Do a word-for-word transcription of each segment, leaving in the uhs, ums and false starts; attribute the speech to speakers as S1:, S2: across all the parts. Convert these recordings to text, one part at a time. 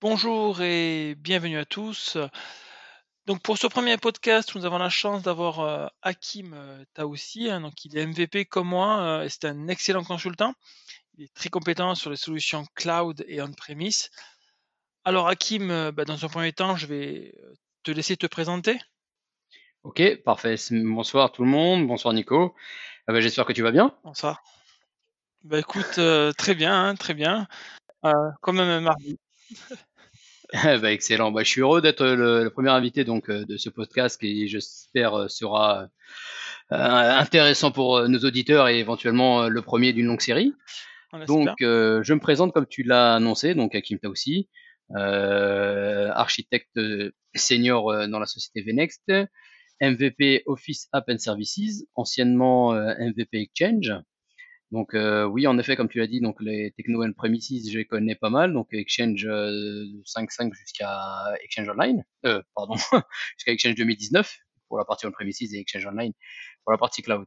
S1: Bonjour et bienvenue à tous. Donc pour ce premier podcast, nous avons la chance d'avoir euh, Hakim euh, Taoussi, hein, donc il est M V P comme moi, euh, et c'est un excellent consultant. Il est très compétent sur les solutions cloud et on-premise. Alors Hakim, euh, bah, dans un premier temps, je vais euh, te laisser te présenter.
S2: Ok, parfait. S- Bonsoir tout le monde. Bonsoir Nico. Ah bah, j'espère que tu vas bien.
S1: Bonsoir. Bah écoute, euh, très bien, hein, très bien. Euh, Quand même un mardi.
S2: Bah, excellent. Bah, je suis heureux d'être le, le premier invité donc euh, de ce podcast qui, j'espère, euh, sera euh, intéressant pour euh, nos auditeurs et éventuellement euh, le premier d'une longue série.
S1: On
S2: Donc,
S1: espère.
S2: euh, je me présente comme tu l'as annoncé, donc Hakim Taoussi, euh, architecte euh, senior euh, dans la société Vnext, M V P Office App and Services, anciennement euh, M V P Exchange. Donc euh, oui, en effet, comme tu l'as dit, donc les techno on-premises, je les connais pas mal. Donc Exchange euh, cinq point cinq jusqu'à Exchange Online, euh, pardon, jusqu'à Exchange deux mille dix-neuf pour la partie on-premises et Exchange Online pour la partie cloud.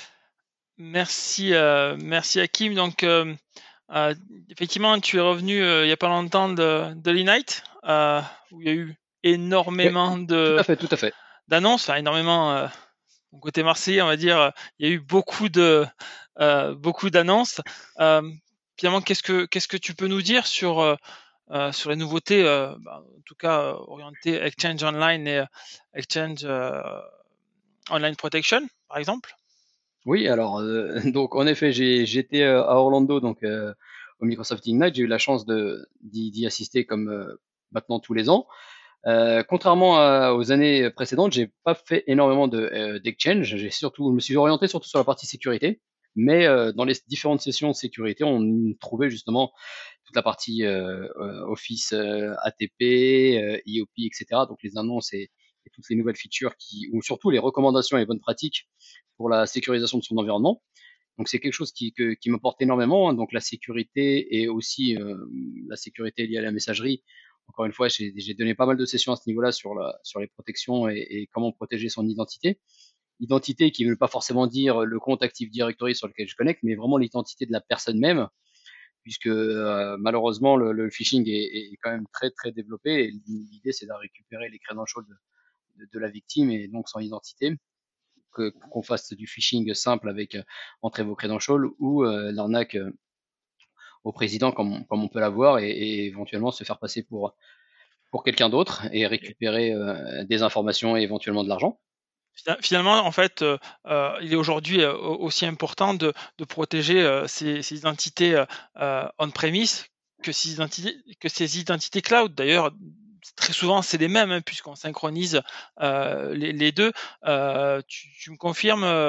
S1: Merci, euh, merci Hakim. Donc euh, Euh, effectivement, tu es revenu euh, il y a pas longtemps de, de l'E-Night, euh, où il y a eu
S2: Oui,
S1: énormément
S2: tout
S1: de
S2: à fait, tout à fait.
S1: d'annonces, enfin énormément. Euh, mon côté marseillais, on va dire, euh, il y a eu beaucoup de euh, beaucoup d'annonces. Euh, Finalement, qu'est-ce que qu'est-ce que tu peux nous dire sur euh, euh, sur les nouveautés, euh, bah, en tout cas euh, orientées Exchange Online et euh, Exchange euh, Online Protection, par exemple?
S2: Oui, alors euh, donc en effet, j'ai j'étais euh, à Orlando donc euh, au Microsoft Ignite, j'ai eu la chance de d'y d'y assister comme euh, maintenant tous les ans. Euh, contrairement à- aux années précédentes, j'ai pas fait énormément de euh, d'exchange. J'ai surtout, je me suis orienté surtout sur la partie sécurité. Mais euh, dans les différentes sessions de sécurité, on trouvait justement toute la partie euh, euh, Office euh, A T P, euh, I O P, et cetera. Donc les annonces et, et toutes les nouvelles features qui, ou surtout les recommandations et les bonnes pratiques pour la sécurisation de son environnement. Donc c'est quelque chose qui, que, qui m'importe énormément. Hein. Donc la sécurité et aussi euh, la sécurité liée à la messagerie. Encore une fois, j'ai j'ai donné pas mal de sessions à ce niveau-là sur, la, sur les protections et, et comment protéger son identité. Identité qui ne veut pas forcément dire le compte Active Directory sur lequel je connecte, mais vraiment l'identité de la personne même, puisque euh, malheureusement le, le phishing est, est, quand même très très développé. Et l'idée c'est de récupérer les credentials de, de, de la victime et donc son identité que- qu'on fasse du phishing simple avec euh, entrer vos credentials ou euh, l'arnaque euh, au président comme, comme on peut l'avoir et, et éventuellement se faire passer pour, pour quelqu'un d'autre et récupérer euh, des informations et éventuellement de l'argent.
S1: Fina finalement, en fait, heu heu, il est aujourd'hui, heu, au aussi important de de protéger, heu, ces ces identités, heu heu, on-premise que ces identités que ces identités cloud. D'ailleurs, très souvent, c'est les mêmes, hein, puisqu'on synchronise, heu, les les deux. Heu, tu tu me confirmes, heu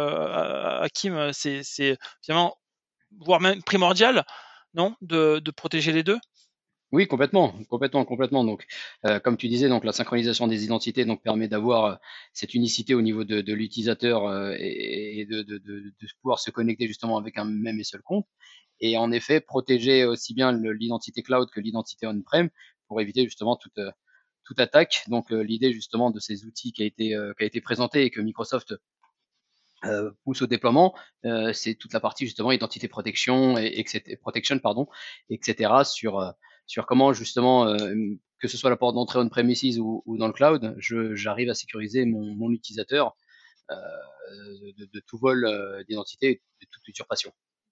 S1: heu, Hakim, c'est c'est finalement, voire même primordial, non, de de protéger les deux.
S2: Oui, complètement, complètement, complètement. Donc, euh, comme tu disais, donc la synchronisation des identités donc permet d'avoir euh, cette unicité au niveau de, de l'utilisateur euh, et, et de, de, de, de pouvoir se connecter justement avec un même et seul compte. Et en effet, protéger aussi bien le- l'identité cloud que l'identité on-prem pour éviter justement toute euh, toute attaque. Donc, euh, l'idée justement de ces outils qui a été euh, qui a été présenté et que Microsoft euh, pousse au déploiement, euh, c'est toute la partie justement identité protection et, et protection pardon, et cetera sur euh, sur comment justement euh, que ce soit la porte d'entrée on-premises ou, ou dans le cloud, je, j'arrive à sécuriser mon, mon utilisateur euh, de, de tout vol euh, d'identité et de toute usurpation.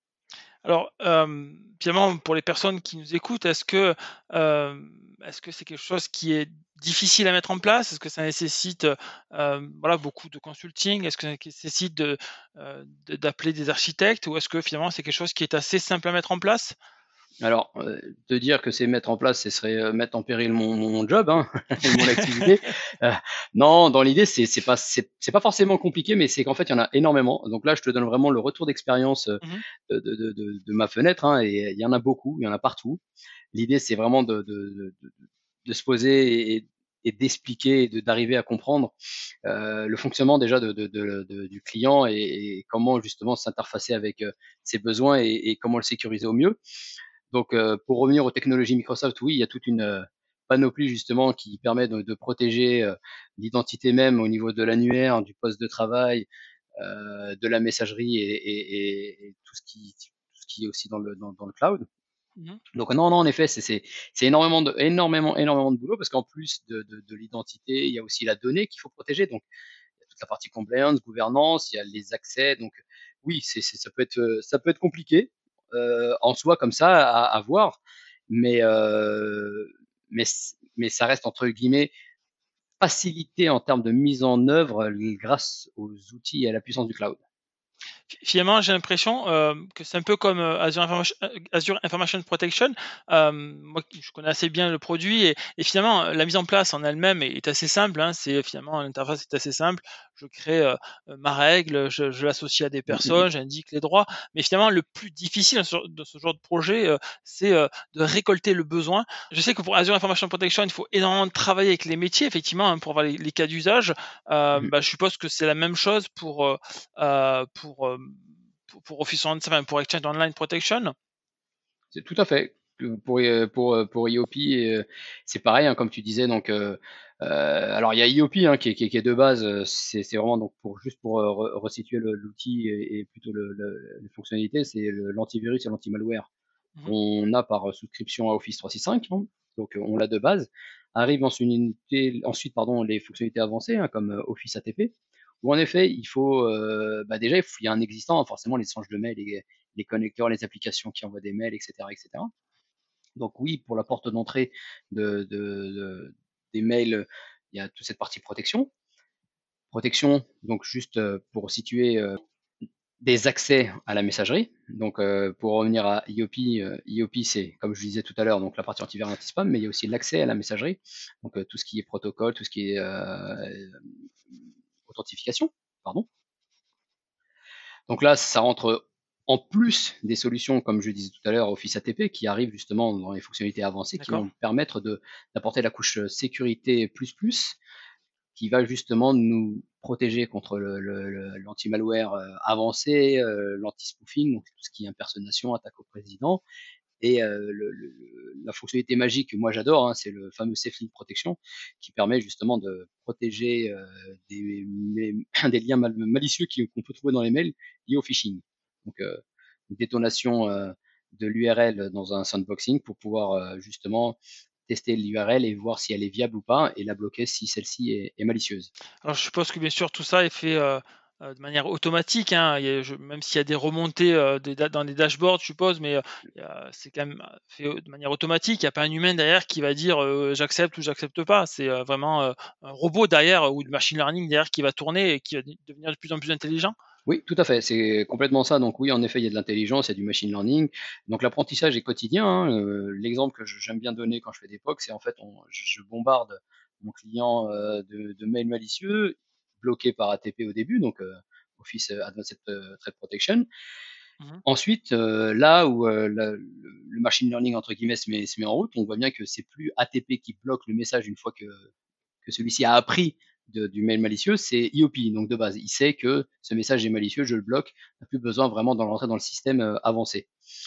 S1: Alors, hem, finalement, pour les personnes qui nous écoutent, est-ce que, hem, est-ce que c'est quelque chose qui est difficile à mettre en place? Est-ce que ça nécessite, heu, voilà, beaucoup de consulting? Est-ce que ça nécessite de, heu, de d'appeler des architectes? Ou est-ce que finalement c'est quelque chose qui est assez simple à mettre en place?
S2: Alors, euh, te dire que c'est mettre en place, ce serait euh, mettre en péril mon, mon job hein, et mon activité. Euh, non, dans l'idée, c'est c'est pas c'est c'est pas forcément compliqué, mais c'est qu'en fait, il y en a énormément. Donc là, je te donne vraiment le retour d'expérience euh,
S1: Mmh.
S2: de, de, de, de, de ma fenêtre, hein, et il y en a beaucoup, il y en a partout. L'idée, c'est vraiment de, de, de, de se poser et, et d'expliquer et de- d'arriver à comprendre euh, le fonctionnement déjà de, de, de, de- du client et, et comment justement s'interfacer avec euh, ses besoins et, et comment le sécuriser au mieux. Donc, euh, pour revenir aux technologies Microsoft, oui, il y a toute une euh, panoplie justement qui permet de, de protéger euh, l'identité même au niveau de l'annuaire, du poste de travail, euh, de la messagerie et, et, et, et tout ce qui tout ce qui est aussi dans le dans, dans le cloud.
S1: Mmh.
S2: Donc non, non, en effet, c'est c'est c'est énormément de énormément, énormément de boulot parce qu'en plus de de de l'identité, il y a aussi la donnée qu'il faut protéger. Donc il y a toute la partie compliance, gouvernance, il y a les accès. Donc oui, c'est c'est ça peut être, heu, ça peut être compliqué, heu, en soi comme ça à à voir, mais heu, mais c mais ça reste entre guillemets «facilité» en termes de mise en œuvre, l grâce aux outils et à la puissance du cloud.
S1: Fi finalement, j'ai l'impression, hem, que c'est un peu comme, heu, Azure Information heu, Azure Information Protection. Hem, moi qui je connais assez bien le produit et et finalement, heu, la mise en place en elle-même est est assez simple, hein. C'est finalement l'interface est assez simple. Je crée, heu heu, ma règle, je je l'associe à des
S2: Mmh mh mh.
S1: personnes, j'indique les droits. Mais finalement, le plus difficile dans ce dans ce genre de projet, heu, c'est, heu, de récolter le besoin. Je sais que pour Azure Information Protection, il faut énormément travailler avec les métiers effectivement, hein, pour avoir les les cas d'usage.
S2: Mmh
S1: Hem,
S2: mh.
S1: bah, je suppose que c'est la même chose pour, heu heu, pour, hem, pour pour Office cent vingt-cinq, pour Exchange Online Protection?
S2: C'est tout à fait. Que pour, heu, pour, heu, pour I O P, heu, c'est pareil, hein, comme tu disais donc heu heu, alors il y a I O P, hein, qui est qui est qui est de base, heu, c'est c'est vraiment donc pour juste pour, heu, re resituer le l'outil et et plutôt le le les fonctionnalités, c'est le l'antivirus et l'anti-malware
S1: Mmh.
S2: qu'on a par, heu, souscription à Office trois cent soixante-cinq, hein, donc heu, on l'a de base. Arrivent ensuite une unité ensuite pardon, les fonctionnalités avancées, hein, comme, heu, Office A T P, où en effet il faut, heu, bah, déjà il faut il y a un existant, hein, forcément les échanges de mails, les les connecteurs, les applications qui envoient des mails et cetera et cetera. Donc oui, pour la porte d'entrée de de de des mails, il y a toute cette partie protection. Protection, donc juste, heu, pour situer, heu, des accès à la messagerie. Donc heu, pour revenir à I O P, heu, I O P, c'est comme je disais tout à l'heure, donc la partie antivirus et anti-spam, mais il y a aussi l'accès à la messagerie. Donc heu, tout ce qui est protocole, tout ce qui est, heu, authentification, pardon. Donc là, ça rentre en plus des solutions, comme je disais tout à l'heure, Office A T P, qui arrivent justement dans les fonctionnalités avancées, qui
S1: D'accord.
S2: vont permettre de d'apporter la couche, heu, sécurité plus plus, qui va justement nous protéger contre le le le l'anti-malware, heu, avancé, heu, l'anti-spoofing, donc tout ce qui est impersonnation, attaque au président et heu, le le la fonctionnalité magique que moi j'adore, hein, c'est le fameux Safe Link Protection qui permet justement de protéger, heu, des mé des liens mal malicieux qui qu'on peut trouver dans les mails liés au phishing. Donc heu, une détonation, heu, de l'U R L dans un sandboxing pour pouvoir, heu, justement tester l'U R L et voir si elle est viable ou pas et la bloquer si celle-ci est est malicieuse.
S1: Alors je suppose que bien sûr tout ça est fait, heu heu, de manière automatique, hein. Il y a je même s'il y a des remontées, heu, des da dans des dashboards je suppose, mais, heu, il y a c'est quand même, heu, fait, heu, de manière automatique. Il y a pas un humain derrière qui va dire, heu: «J'accepte» ou «J'accepte pas». C'est, heu, vraiment, heu, un robot derrière, ou du machine learning derrière qui va tourner et qui va d devenir de plus en plus intelligent?
S2: Oui, tout à fait, c'est complètement ça. Donc oui, en effet, il y a de l'intelligence, il y a du machine learning. Donc l'apprentissage est quotidien, hein, heu, l'exemple que je j'aime bien donner quand je fais des P O C, c'est en fait on je je bombarde mon client, heu, de de mails malicieux, bloqués par A T P au début, donc heu, Office, heu, Advanced, heu, Threat Protection.
S1: Mmh.
S2: Ensuite, heu, là où, heu, le le le «machine learning» entre guillemets se met se met en route, on voit bien que c'est plus A T P qui bloque le message une fois que que celui-ci a appris de du mail malicieux, c'est I O P, donc de base. Il sait que ce message est malicieux, je le bloque, il a plus besoin vraiment de rentrer dans le système, heu, avancé.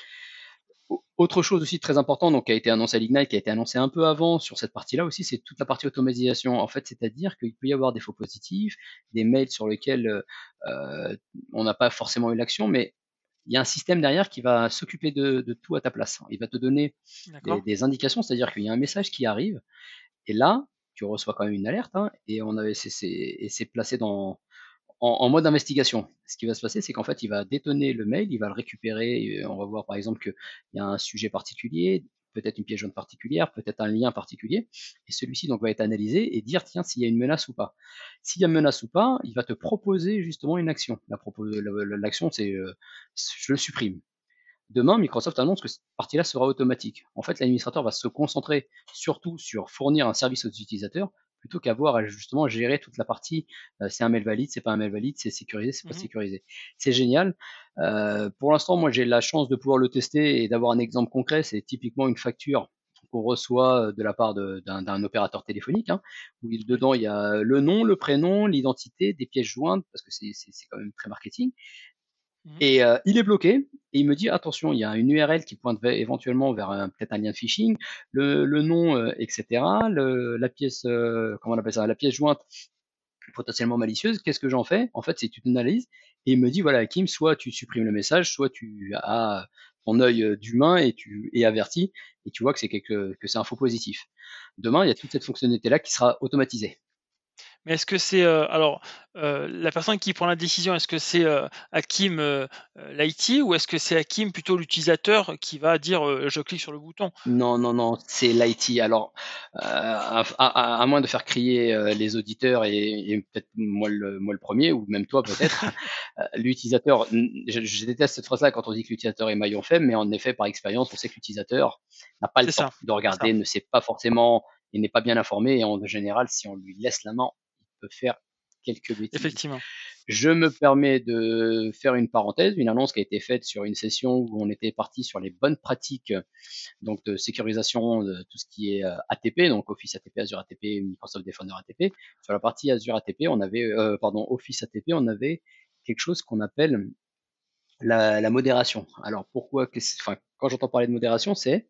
S2: Au autre chose aussi très important, donc qui a été annoncé à l'Ignite, qui a été annoncé un peu avant sur cette partie-là aussi, c'est toute la partie automatisation. En fait, c'est-à-dire qu'il peut y avoir des faux positifs, des mails sur lesquels, heu heu, on n'a pas forcément eu l'action, mais il y a un système derrière qui va s'occuper de de tout à ta place. Il va te donner des
S1: D'accord.
S2: des indications, c'est-à-dire qu'il y a un message qui arrive et là, tu reçois quand même une alerte, hein, et on avait c'est c'est et c'est placé dans en en mode investigation. Ce qui va se passer, c'est qu'en fait, il va détonner le mail, il va le récupérer et on va voir par exemple qu'il y a un sujet particulier, peut-être une pièce jaune particulière, peut-être un lien particulier et celui-ci donc va être analysé et dire: «Tiens, s'il y a une menace ou pas». S'il y a une menace ou pas, il va te proposer justement une action. La propo le le l'action c'est, heu, je le supprime. Demain, Microsoft annonce que cette partie-là sera automatique. En fait, l'administrateur va se concentrer surtout sur fournir un service aux utilisateurs plutôt qu'avoir à justement gérer toute la partie, heu, c'est un mail valide, c'est pas un mail valide, c'est sécurisé, c'est pas
S1: Mmh.
S2: sécurisé. C'est génial. Heu, pour l'instant, moi, j'ai la chance de pouvoir le tester et d'avoir un exemple concret. C'est typiquement une facture qu'on reçoit, heu, de la part de d'un d'un opérateur téléphonique, hein, où il
S1: Oui.
S2: dedans, il y a le nom, le prénom, l'identité, des pièces jointes parce que c'est c'est c'est quand même très marketing
S1: Mmh.
S2: et heu, il est bloqué et il me dit: «Attention, il y a une U R L qui pointevé éventuellement vers un peut-être un lien de phishing, le le nom, heu, et cetera, le la pièce, heu, comment on appelle ça? La pièce jointe potentiellement malicieuse. Qu'est-ce que j'en fais?» En fait, c'est une analyse et il me dit: «Voilà Hakim, soit tu supprimes le message, soit tu as ton œil euh, d'humain et tu es averti et tu vois que c'est quelque, que c'est un faux positif. Demain, il y a toute cette fonctionnalité-là qui sera automatisée.
S1: Mais est-ce que c'est, heu, alors, heu, la personne qui prend la décision, est-ce que c'est, heu, Hakim, heu heu, l'I T ou est-ce que c'est Hakim, plutôt l'utilisateur, qui va dire, heu: «Je clique sur le bouton»?
S2: Non, non, non, c'est l'I T. Alors, euh, à, à- à moins de faire crier euh, les auditeurs et, et peut-être moi le, moi le premier, ou même toi peut-être, euh, l'utilisateur, je, je déteste cette phrase-là quand on dit que l'utilisateur est maillon faible, mais en effet, par expérience, on sait que l'utilisateur n'a pas le
S1: C'est
S2: temps
S1: ça,
S2: de
S1: c'est ça.
S2: regarder, ne sait pas forcément et n'est pas bien informé. Et en général, si on lui laisse la main, il peut faire quelques bêtises.
S1: Effectivement.
S2: Je me permets de faire une parenthèse, une annonce qui a été faite sur une session où on était parti sur les bonnes pratiques donc de sécurisation de tout ce qui est euh, A T P, donc Office A T P, Azure A T P, Microsoft Defender A T P. Sur la partie Azure A T P, on avait, euh, pardon, Office A T P, on avait quelque chose qu'on appelle la, la modération. Alors pourquoi, enfin, quand j'entends parler de modération, c'est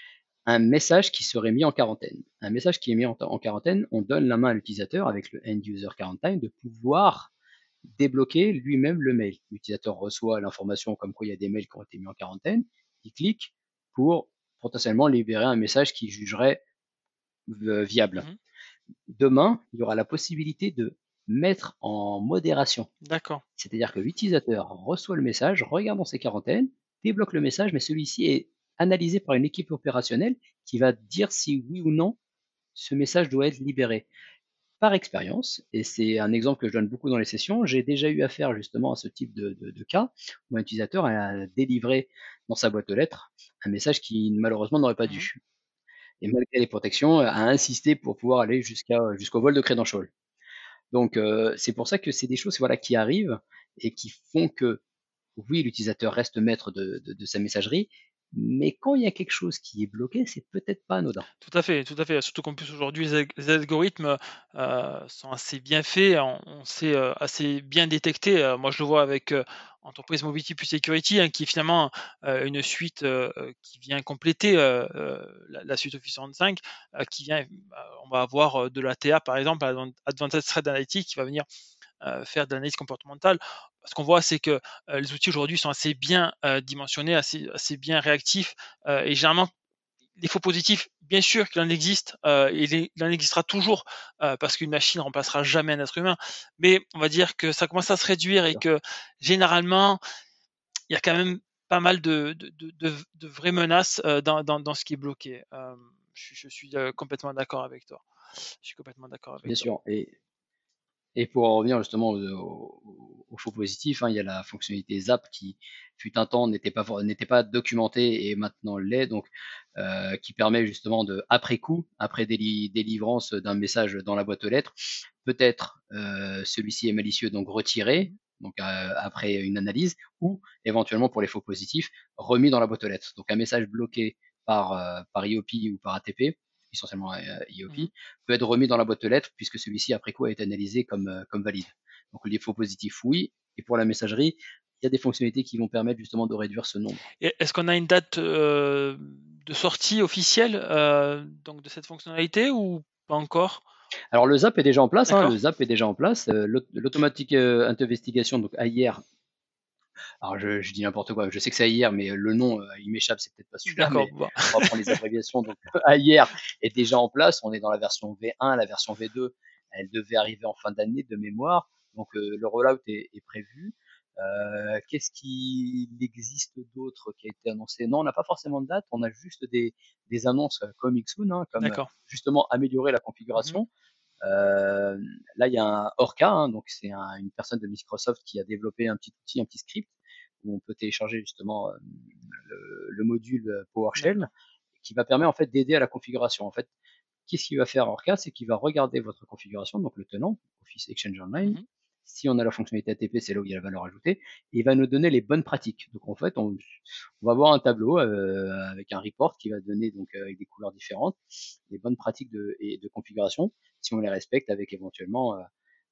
S2: un message qui serait mis en quarantaine. Un message qui est mis en, en quarantaine, on donne la main à l'utilisateur avec le End User Quarantine de pouvoir débloquer lui-même le mail. L'utilisateur reçoit l'information comme quoi il y a des mails qui ont été mis en quarantaine, il clique pour potentiellement libérer un message qu'il jugerait euh, viable.
S1: Mmh.
S2: Demain, il y aura la possibilité de mettre en modération.
S1: D'accord.
S2: C'est-à-dire que l'utilisateur reçoit le message, regarde dans ses quarantaines, débloque le message, mais celui-ci est analysé par une équipe opérationnelle qui va dire si oui ou non ce message doit être libéré. Par expérience, et c'est un exemple que je donne beaucoup dans les sessions, j'ai déjà eu affaire justement à ce type de, de, de cas où un utilisateur a délivré dans sa boîte aux lettres un message qui malheureusement n'aurait pas
S1: Mmh.
S2: dû. Et malgré les protections, a insisté pour pouvoir aller jusqu'à jusqu'au vol de credentials. Donc euh, c'est pour ça que c'est des choses voilà qui arrivent et qui font que oui, l'utilisateur reste maître de, de, de sa messagerie, mais quand il y a quelque chose qui est bloqué, c'est peut-être pas anodin.
S1: Tout à fait, tout à fait. Surtout qu'en plus aujourd'hui les alg les algorithmes, heu, sont assez bien faits, on on sait, heu, assez bien détecter, heu, moi je le vois avec, heu, Entreprise Mobility plus Security, hein, qui est finalement, heu, une suite, heu heu, qui vient compléter, heu heu, la la suite Office trente-cinq, heu, qui vient, bah, on va avoir, heu, de l'A T A par exemple, Advan Advanced Threat Analytics qui va venir, heu, faire de l'analyse comportementale. Ce qu'on voit, c'est que, heu, les outils aujourd'hui sont assez bien, heu, dimensionnés, assez assez bien réactifs, heu et généralement des faux positifs, bien sûr qu'il en existe, heu, et il il en existera toujours, heu, parce qu'une machine ne remplacera jamais un être humain. Mais on va dire que ça commence à se réduire et que généralement, il y a quand même pas mal de de de de de vraies menaces, heu, dans dans dans ce qui est bloqué. Hem, je je suis, heu, complètement d'accord avec toi. Je suis complètement d'accord avec
S2: Bien
S1: toi.
S2: sûr. Et Et pour en revenir justement aux, aux- aux faux positifs, hein, il y a la fonctionnalité Zap qui, fut un temps, n'était pas, n'était pas documentée et maintenant l'est, donc euh, qui permet justement de, après coup, après déli- délivrance d'un message dans la boîte aux lettres, peut-être euh, celui-ci est malicieux, donc retiré,
S1: Mmh.
S2: donc euh, après une analyse, ou éventuellement pour les faux positifs, remis dans la boîte aux lettres. Donc un message bloqué par, euh, par I O P ou par A T P, essentiellement euh,
S1: Mmh.
S2: I O P, peut être remis dans la boîte aux lettres puisque celui-ci, après coup, a été analysé comme, euh, comme valide. Donc les faux positifs, oui. Et pour la messagerie, il y a des fonctionnalités qui vont permettre justement de réduire ce nombre.
S1: Et est-ce qu'on a une date, heu, de sortie officielle, heu, donc de cette fonctionnalité ou pas encore?
S2: Alors le ZAP est déjà en place, hein, le
S1: D'accord?
S2: ZAP est déjà en place. Euh, L'automatique euh, investigation, donc A I R, alors je, je dis n'importe quoi, je sais que c'est A I R, mais le nom, euh, il m'échappe, c'est peut-être pas celui-là,
S1: D'accord,
S2: mais
S1: bon.
S2: on va prendre les abréviations. Donc A I R est déjà en place, on est dans la version V un, la version V deux, elle devait arriver en fin d'année de mémoire, donc euh, le rollout est, est prévu. Euh, Qu'est-ce qu'il existe d'autre qui a été annoncé? Non, on n'a pas forcément de date, on a juste des, des annonces euh, coming soon, hein, comme euh,
S1: D'accord.
S2: justement améliorer la
S1: Mmh.
S2: configuration. Euh, Là, il y a un Orca, hein, donc c'est un, une personne de Microsoft qui a développé un petit outil, un petit script où on peut télécharger justement euh, le, le module PowerShell
S1: D'accord.
S2: qui va permettre en fait d'aider à la configuration. En fait, qu'est-ce qu'il va faire Orca? C'est qu'il va regarder votre configuration, donc le tenant, Office Exchange Online.
S1: Mmh.
S2: Si on a la fonctionnalité A T P, c'est là où il y a la valeur ajoutée. Et il va nous donner les bonnes pratiques. Donc en fait, on, on va avoir un tableau euh, avec un report qui va donner donc euh, avec des couleurs différentes les bonnes pratiques de, et de configuration si on les respecte avec éventuellement euh,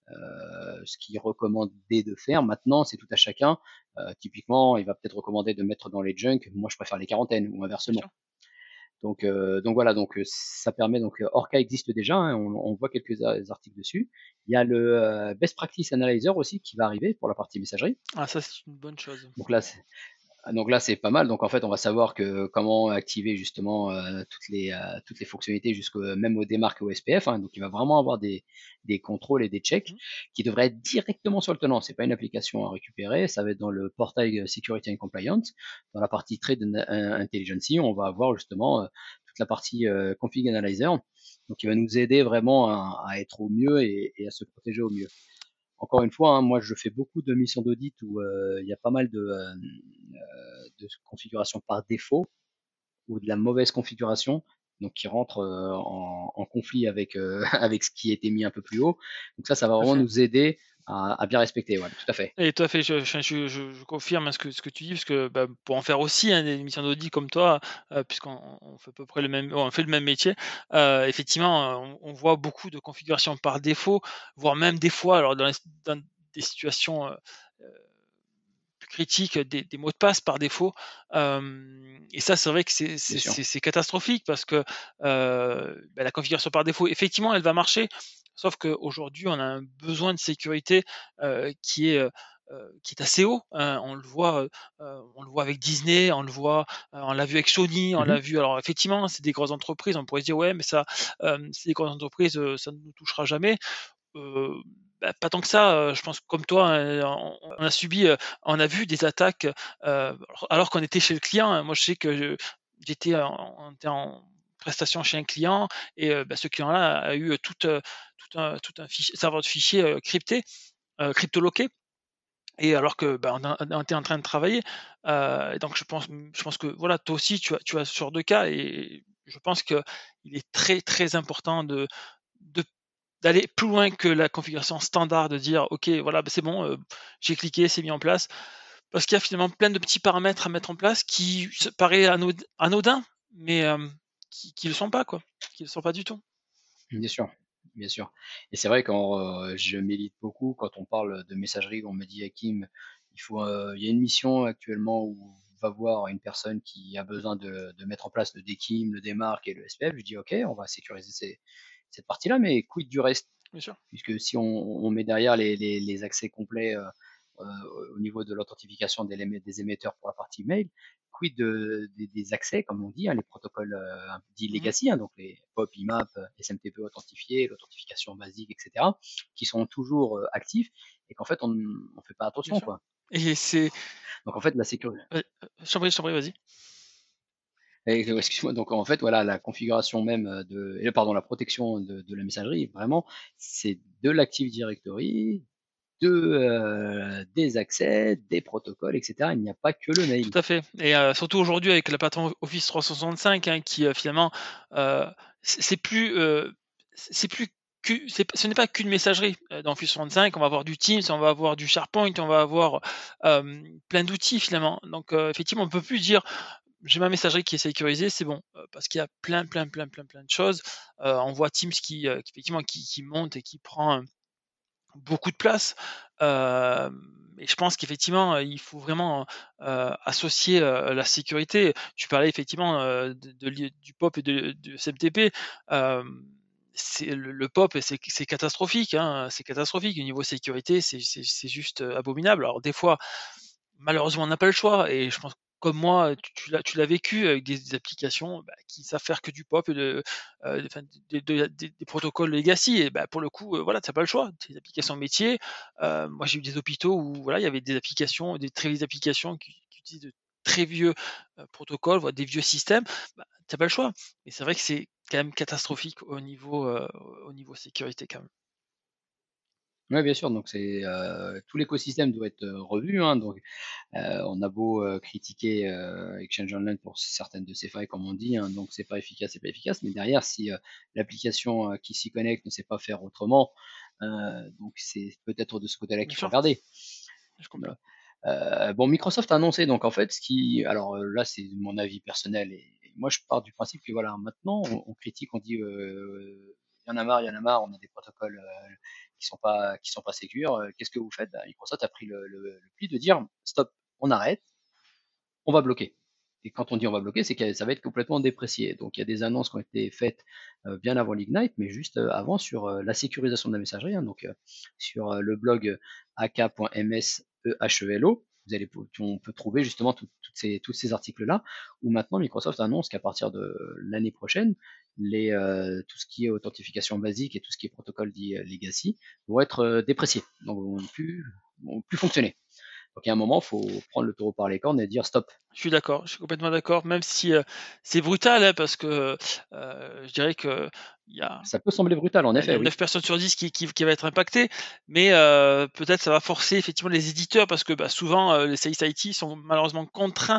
S2: euh, ce qu'il est recommandé de faire. Maintenant, c'est tout à chacun. Euh, typiquement, il va peut-être recommander de mettre dans les junk. Moi, je préfère les quarantaines ou
S1: Bien
S2: inversement.
S1: sûr.
S2: Donc, euh, donc voilà, donc euh, ça permet donc euh, Orca existe déjà, hein, on, on voit quelques articles dessus. Il y a le euh, Best Practice Analyzer aussi qui va arriver pour la partie messagerie.
S1: Ah ça, c'est une bonne chose.
S2: Donc là, donc là, c'est pas mal. Donc en fait, on va savoir que comment activer justement euh, toutes les euh, toutes les fonctionnalités jusqu'au même au démarque au S P F. Hein. Donc il va vraiment avoir des des contrôles et des checks
S1: Mmh.
S2: qui devraient être directement sur le tenant. C'est pas une application à récupérer. Ça va être dans le portail euh, Security and Compliance, dans la partie Trade and euh, Intelligence. On va avoir justement euh, toute la partie euh, config analyzer. Donc il va nous aider vraiment à, à être au mieux et, et à se protéger au mieux. Encore une fois, hein, moi je fais beaucoup de missions d'audit où euh, il y a pas mal de, euh, euh, de configurations par défaut ou de la mauvaise configuration, donc qui rentre euh, en, en conflit avec, euh, avec ce qui a été mis un peu plus haut. Donc ça, ça va
S1: Tout à
S2: vraiment
S1: fait.
S2: nous aider à, à bien respecter. Voilà, tout à fait.
S1: Et tout à fait, je je je je je confirme, hein, ce que ce que tu dis, parce que, bah, pour en faire aussi, hein, des missions d'audit comme toi, heu, puisqu'on on fait à peu près le même on fait le même métier, heu, effectivement, heu, on on voit beaucoup de configurations par défaut, voire même des fois, alors dans les dans des situations, heu heu, plus critiques, des des mots de passe par défaut, hem et ça, c'est vrai que c'est
S2: Bien
S1: c'est
S2: sûr.
S1: c'est c'est catastrophique parce que, heu, bah, la configuration par défaut, effectivement, elle va marcher, sauf qu'aujourd'hui, on a un besoin de sécurité, heu, qui est, heu heu, qui est assez haut, hein. On le voit, heu heu, on le voit avec Disney, on le voit, heu, on l'a vu avec Sony, on
S2: Mhm.
S1: l'a vu, alors effectivement, c'est des grosses entreprises, on pourrait se dire: «Ouais, mais ça, hem, c'est des grosses entreprises, heu, ça ne nous touchera jamais». Heu, bah, pas tant que ça, heu, je pense que comme toi, heu, on on a subi, heu, on a vu des attaques, heu, alors alors qu'on était chez le client, hein. Moi, je sais que je j'étais en on était en prestation chez un client et heu, bah, ce client-là a eu, tout, heu, tout un tout un fichier serveur de fichiers, heu, crypté, heu, cryptoloqué, et alors que, bah, on a on était en train de travailler, heu et donc je pense je pense que voilà, toi aussi tu as tu as ce genre de cas, et je pense qu'il est très, très important de de d'aller plus loin que la configuration standard, de dire: «OK, voilà, bah, c'est bon, heu, j'ai cliqué, c'est mis en place». Parce qu'il y a finalement plein de petits paramètres à mettre en place qui se paraît anod anodins, mais hem, qui qui le sont pas, quoi, qui le sont pas du tout.
S2: Bien sûr, bien sûr. Et c'est vrai quand euh, je milite beaucoup, quand on parle de messagerie, on me dit Hakim, il faut, euh, il y a une mission actuellement où on va voir une personne qui a besoin de, de mettre en place le D K I M, le démarque et le S P F. Je dis ok, on va sécuriser ces- cette partie-là, mais quid du reste?
S1: Bien sûr,
S2: Puisque si on, on met derrière les, les- les accès complets euh, euh, au niveau de l'authentification des, émet- des émetteurs pour la partie mail, quid de- des, des accès, comme on dit, hein, les protocoles euh, dits
S1: mmh,
S2: legacy, hein, donc les P O P, I M A P, S M T P authentifiés, l'authentification basique, et cetera, qui sont toujours euh, actifs et qu'en fait on ne fait pas
S1: bien
S2: attention,
S1: sûr,
S2: quoi.
S1: et c'est
S2: Donc en fait la sécurité,
S1: ouais, heu, je t'en prie, je t'en prie, vas-y.
S2: excuse-moi, donc en fait voilà la configuration même euh, de, et, pardon, la protection de, de la messagerie, vraiment, c'est de l'Active Directory, de, heu, des accès, des protocoles et cetera. Il n'y a pas que le
S1: Tout
S2: mail.
S1: à fait, et heu, surtout aujourd'hui avec la plateforme Office trois cent soixante-cinq, hein, qui, heu, finalement, heu, c'est c'est plus, heu, c'est c'est plus que c'est ce n'est pas qu'une messagerie, heu, dans Office soixante-cinq, on va avoir du Teams, on va avoir du SharePoint, on va avoir, hem, plein d'outils finalement. Donc heu, effectivement, on peut plus dire: «J'ai ma messagerie qui est sécurisée, c'est bon», heu, parce qu'il y a plein, plein, plein, plein, plein de choses. Heu, on voit Teams qui, heu, qui effectivement qui qui monte et qui prend, beaucoup de place. Hem et je pense qu'effectivement, heu, il faut vraiment, heu, associer, heu, la sécurité. Tu parlais effectivement, heu, de de l'i du P O P et de du S M T P. Hem, c'est le le P O P, c'est c'est catastrophique, hein, c'est catastrophique. Au niveau sécurité, c'est c'est c'est juste, heu, abominable. Alors des fois, malheureusement, on n'a pas le choix, et je pense comme moi, tu tu l'as tu l'as vécu avec des des applications, bah, qui savent faire que du P O P et de, heu, enfin des de des des protocoles legacy, et bah, pour le coup, heu, voilà, tu as pas le choix. C'est des applications métiers. Heu, moi, j'ai eu des hôpitaux où voilà, il y avait des applications, des très vieilles applications qui qui utilisent de très vieux, heu, protocoles, voire des vieux systèmes. Bah, tu as pas le choix. Et c'est vrai que c'est quand même catastrophique au niveau, heu, au niveau sécurité quand même.
S2: Ouais, bien sûr, donc c'est, heu, tout l'écosystème doit être, heu, revu, hein, donc heu, on a beau, heu, critiquer, heu, Exchange Online pour certaines de ses failles, comme on dit, hein, donc c'est pas efficace, c'est pas efficace, mais derrière si, heu, l'application, heu, qui s'y connecte ne sait pas faire autrement, heu, donc c'est peut-être de ce côté-là
S1: Bien
S2: qu'il faut
S1: sûr,
S2: regarder.
S1: je comprends.
S2: Heu, bon, Microsoft a annoncé donc en fait ce qui, alors, heu, là c'est mon avis personnel, et moi je pars du principe que voilà, maintenant on on critique, on dit, heu: «Il y en a marre, il y en a marre, on a des protocoles, heu, qui sont pas qui sont pas sécures, heu, qu'est-ce que vous faites?» Bah, Microsoft a pris le le le pli de dire: «Stop, on arrête, on va bloquer». Et quand on dit on va bloquer, c'est que ça va être complètement déprécié. Donc il y a des annonces qui ont été faites, heu, bien avant l'Ignite, mais juste, heu, avant sur, heu, la sécurisation de la messagerie, hein, donc, heu, sur, heu, le blog a k point m s e h e l o. vous allez, on peut trouver justement tout, toutes ces, tous ces articles-là, où maintenant Microsoft annonce qu'à partir de l'année prochaine, les, euh, tout ce qui est authentification basique et tout ce qui est protocole dit euh, legacy vont être euh, dépréciés, donc vont plus, vont plus fonctionner. Donc il y a un moment, il faut prendre le taureau par les cornes et dire stop.
S1: Je suis d'accord, je suis complètement d'accord, même si, heu, c'est brutal, hein, parce que, heu, je dirais qu'il y a
S2: Ça peut sembler brutal, en
S1: il y a il y
S2: effet,
S1: a
S2: oui.
S1: neuf personnes sur dix qui qui qui va être impactées, mais heu, peut-être ça va forcer effectivement les éditeurs parce que, bah, souvent, heu, les sales I T sont malheureusement contraints,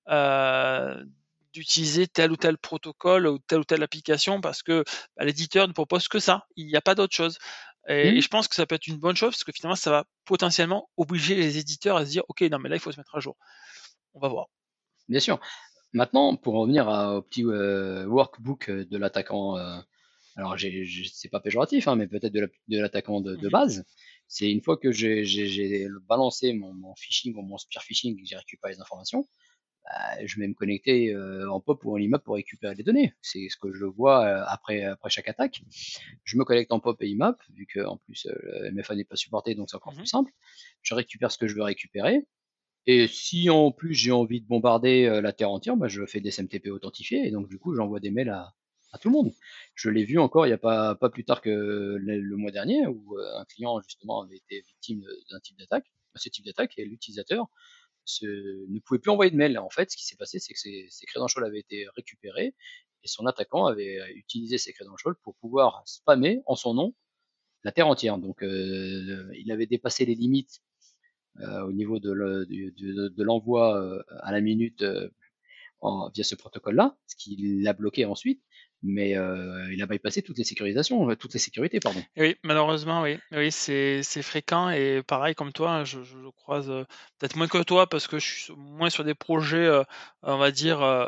S1: heu, d'utiliser tel ou tel protocole ou telle ou telle application parce que, bah, l'éditeur ne propose que ça. Il n'y a pas d'autre chose et et
S2: Mmh,
S1: je pense que ça peut être une bonne chose parce que finalement ça va potentiellement obliger les éditeurs à se dire: «OK, non mais là il faut se mettre à jour». On va voir.
S2: bien sûr. Maintenant, pour revenir à- au petit euh, workbook de l'attaquant, euh, alors j'ai, j'ai- c'est pas péjoratif, hein, mais peut-être de, la- de l'attaquant de, de
S1: Mmh.
S2: base, c'est une fois que j'ai, j'ai- j'ai balancé mon, mon phishing ou mon spear phishing et que j'ai récupéré les informations, bah, je vais me connecter euh, en pop ou en IMAP pour récupérer les données. C'est ce que je vois euh, après, après chaque attaque. Je me connecte en pop et IMAP, vu que en plus euh, le M F A n'est pas supporté, donc c'est encore plus
S1: Mmh.
S2: simple. Je récupère ce que je veux récupérer. Et si en plus j'ai envie de bombarder euh, la Terre entière, bah, je fais des S M T P authentifiés et donc du coup j'envoie des mails à, à tout le monde. Je l'ai vu encore il n'y a pas, pas plus tard que le, le mois dernier où euh, un client justement avait été victime de- d'un type d'attaque, ce type d'attaque et l'utilisateur se- ne pouvait plus envoyer de mail. En fait, ce qui s'est passé, c'est que ses, ses credentials avaient été récupérés et son attaquant avait utilisé ses credentials pour pouvoir spammer en son nom la Terre entière. Donc euh, il avait dépassé les limites euh, au niveau de, le, de, de, de l'envoi euh, à la minute euh, en, via ce protocole-là, ce qui l'a bloqué ensuite, mais euh, il a bypassé toutes les sécurisations, euh, toutes les sécurités, pardon.
S1: Et oui, malheureusement, oui. Oui, c'est c'est fréquent et pareil comme toi, hein, je je je croise, heu, peut-être moins que toi parce que je suis moins sur des projets, heu, on va dire, heu,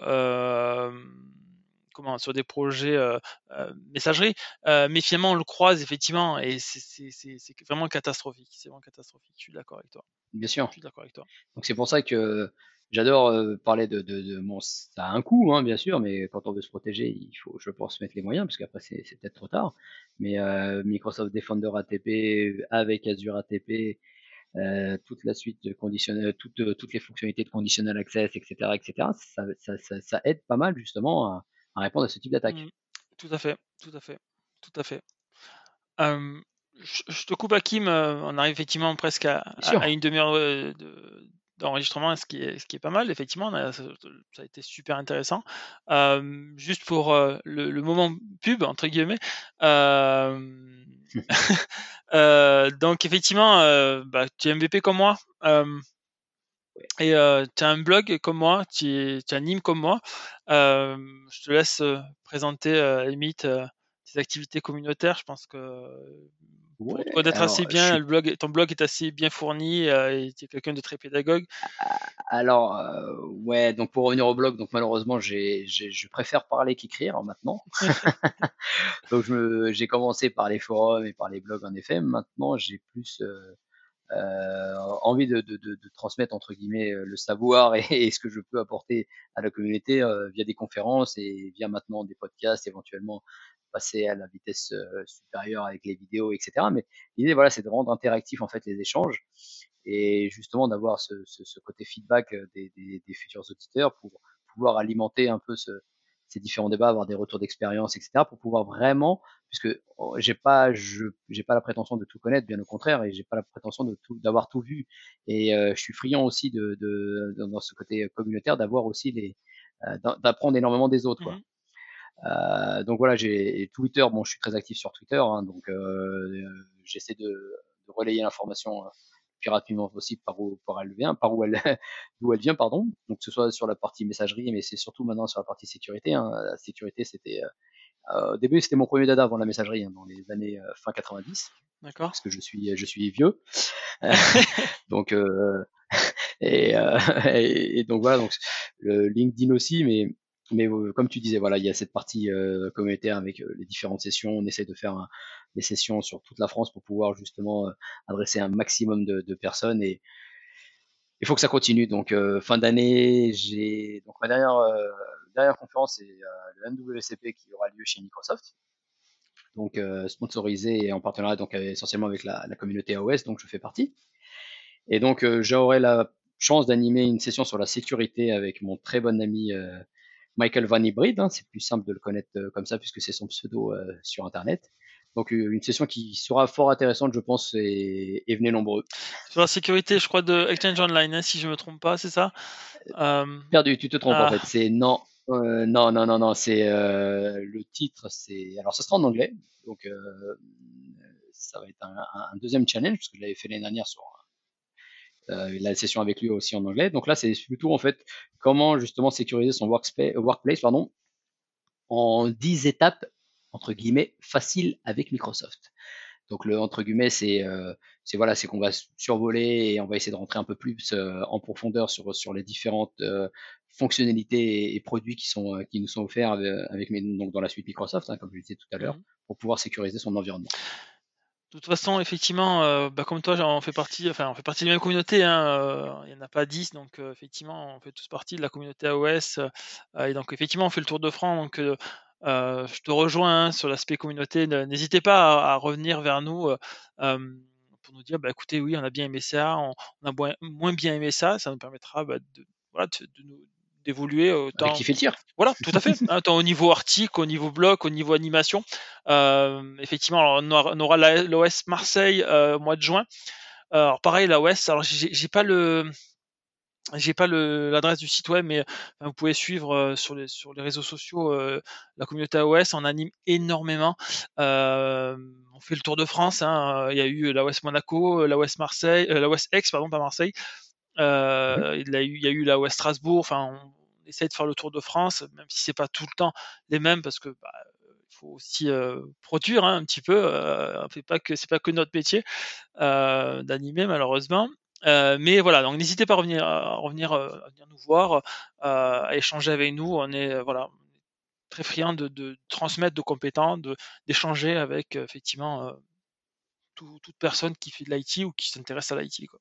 S1: hem, comment? Sur des projets, heu heu, messagerie, heu, mais finalement on le croise effectivement et c'est c'est c'est c'est vraiment catastrophique. C'est vraiment catastrophique. Je suis d'accord avec toi.
S2: Bien sûr.
S1: Je suis d'accord avec toi.
S2: Donc c'est pour ça que j'adore euh, parler de, de, de bon, ça a un coût, hein, bien sûr, mais quand on veut se protéger, il faut, je pense, mettre les moyens, parce qu'après c'est, c'est peut-être trop tard. Mais euh, Microsoft Defender A T P avec Azure A T P, euh, toute la suite de conditionnel, toutes, euh, toutes les fonctionnalités de conditional access, et cetera, et cetera, ça, ça, ça, ça aide pas mal justement à, à répondre à ce type
S1: Mmh.
S2: d'attaque.
S1: Tout à fait, tout à fait, tout à fait. Hem, je je te coupe Hakim, heu, on arrive effectivement presque à
S2: Bien
S1: à à
S2: sûr.
S1: une demi heure, heu, de d'enregistrement, ce qui est ce qui est pas mal effectivement, on a ça ça a été super intéressant. Hem, juste pour, heu, le le moment «pub» entre guillemets, hem, heu, donc effectivement, heu, bah, tu es M V P comme moi, hem
S2: Ouais.
S1: et heu, tu as un blog comme moi, tu es tu animes comme moi. Hem, je te laisse, heu, présenter, heu, à la limite, heu, tes activités communautaires. Je pense que, heu, pour te
S2: Ouais,
S1: connaître assez
S2: alors je
S1: bien,
S2: suis
S1: le blog ton blog est assez bien fourni, heu, et tu es quelqu'un de très pédagogue.
S2: alors euh, ouais, donc pour revenir au blog, donc malheureusement j'ai, j'ai je préfère parler qu'écrire hein, maintenant. Donc je me, j'ai commencé par les forums et par les blogs en effet. Maintenant j'ai plus euh, euh, envie de, de, de, de transmettre entre guillemets euh, le savoir et, et ce que je peux apporter à la communauté euh, via des conférences et via maintenant des podcasts, éventuellement passer à la vitesse euh, supérieure avec les vidéos, et cetera. Mais l'idée voilà, c'est de rendre interactif en fait les échanges et justement d'avoir ce, ce, ce côté feedback euh, des, des, des futurs auditeurs pour pouvoir alimenter un peu ce, ces différents débats, avoir des retours d'expérience, et cetera, pour pouvoir vraiment, puisque oh, j'ai pas, je, j'ai pas la prétention de tout connaître, bien au contraire, et j'ai pas la prétention de tout, d'avoir tout vu. Et euh, je suis friand aussi de, de, de dans ce côté communautaire, d'avoir aussi les, euh, d'apprendre énormément des autres, quoi.
S1: Mmh.
S2: Euh, donc voilà, j'ai Twitter, bon, je suis très actif sur Twitter, hein, donc euh, j'essaie de, de relayer l'information euh, plus rapidement possible par où, par elle vient, par où elle, d'où elle vient, pardon. Donc que ce soit sur la partie messagerie, mais c'est surtout maintenant sur la partie sécurité. Hein. La sécurité, c'était euh, au début, c'était mon premier dada avant la messagerie, hein, dans les années euh, fin quatre-vingt-dix,
S1: D'accord.
S2: parce que je suis, je suis vieux. donc euh, et, euh, et, et, donc voilà, donc le LinkedIn aussi, mais mais euh, comme tu disais, voilà, il y a cette partie euh, communautaire avec euh, les différentes sessions. On essaie de faire un, des sessions sur toute la France pour pouvoir justement euh, adresser un maximum de, de personnes et il faut que ça continue. Donc euh, fin d'année, j'ai donc ma dernière euh, dernière conférence c'est euh, le M W C P qui aura lieu chez Microsoft. Donc euh, sponsorisé et en partenariat donc euh, essentiellement avec la, la communauté A O S, donc je fais partie. Et donc, euh, j'aurai la chance d'animer une session sur la sécurité avec mon très bon ami euh, Michael Van Hybrid. Hein, c'est plus simple de le connaître euh, comme ça puisque c'est son pseudo euh, sur Internet. Donc euh, une session qui sera fort intéressante, je pense, et, et venez nombreux.
S1: Sur la sécurité, je crois, de Exchange Online, hein, si je me trompe pas, c'est ça euh,
S2: Perdu, tu te trompes en
S1: ah,
S2: fait. C'est non, euh, non, non, non, non. C'est euh, le titre. C'est alors ça sera en anglais, donc euh, ça va être un, un deuxième challenge parce que je l'avais fait l'année dernière sur euh, la session avec lui aussi en anglais. Donc là, c'est plutôt en fait comment justement sécuriser son workspace, workplace, pardon, en dix étapes entre guillemets faciles avec Microsoft. Donc le entre guillemets, c'est euh, c'est voilà, c'est qu'on va survoler et on va essayer de rentrer un peu plus euh, en profondeur sur sur les différentes euh, fonctionnalités et, et produits qui sont euh, qui nous sont offerts avec, avec mes, donc dans la suite Microsoft, hein, comme je le disais tout à l'heure,
S1: mhm.
S2: pour pouvoir sécuriser son environnement.
S1: De toute façon, effectivement, euh, bah, comme toi, on fait partie, enfin, on fait partie de la même communauté. Hein, euh, il n'y en a pas dix, donc euh, effectivement, on fait tous partie de la communauté A O S. Euh, et donc, effectivement, on fait le tour de France. Donc, euh, euh, je te rejoins hein, sur l'aspect communauté. N'hésitez pas à, à revenir vers nous euh, euh, pour nous dire, bah, écoutez, oui, on a bien aimé ça, on, on a moins, moins bien aimé ça. Ça nous permettra bah, de, voilà, de, de nous d'évoluer autant.
S2: Rectifier le tir.
S1: Voilà, tout à fait. Hein, tant au niveau article, au niveau blog, au niveau animation. Euh, effectivement, alors, on aura, on aura l'O S Marseille euh, au mois de juin. Euh, alors pareil, l'O S, alors j'ai, j'ai pas le, j'ai pas le, l'adresse du site web, mais enfin, vous pouvez suivre euh, sur les sur les réseaux sociaux euh, la communauté A O S. On anime énormément. Euh, on fait le tour de France. Hein. Il y a eu l'A O S Monaco, l'A O S Marseille, euh, l'A O S Aix, pardon, pas Marseille.
S2: Mhm.
S1: Euh, il y a eu, il y a eu l'A O S Strasbourg. Enfin, on essaie de faire le tour de France, même si c'est pas tout le temps les mêmes, parce que bah, il faut aussi euh, produire hein, un petit peu. Euh, on fait pas que c'est pas que notre métier euh, d'animer malheureusement. Euh, mais voilà, donc n'hésitez pas à revenir, à revenir, euh, à venir nous voir, euh, à échanger avec nous. On est euh, voilà très friand de, de transmettre de compétences, de, d'échanger avec euh, effectivement euh, tout, toute personne qui fait de l'I T ou qui s'intéresse à l'I T. Quoi.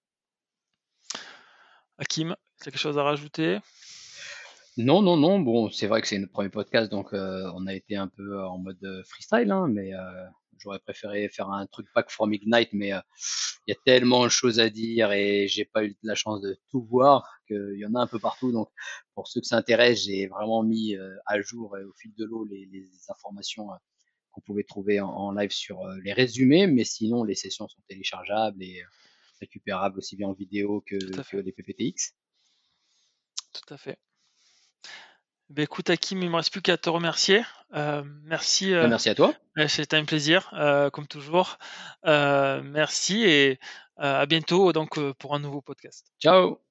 S1: Hakim, tu as quelque chose à rajouter?
S2: Non, non, non. Bon, c'est vrai que c'est notre premier podcast, donc euh, on a été un peu euh, en mode euh, freestyle, hein, mais euh, j'aurais préféré faire un truc pack from Ignite, mais euh, il y a tellement de choses à dire et j'ai pas eu la chance de tout voir qu'il y en a un peu partout. Donc, pour ceux que ça intéresse, j'ai vraiment mis euh, à jour euh, au fil de l'eau les, les informations euh, qu'on pouvait trouver en, en live sur euh, les résumés, mais sinon les sessions sont téléchargeables et euh, récupérables aussi bien en vidéo
S1: Tout
S2: que,
S1: à
S2: que
S1: fait,
S2: les P P T X.
S1: tout à fait. Ben écoute Hakim, il me reste plus qu'à te remercier. Euh, merci,
S2: Ben,
S1: euh,
S2: merci à toi.
S1: c'était un plaisir, euh, comme toujours. Euh, merci et euh, à bientôt donc euh, pour un nouveau podcast.
S2: Ciao.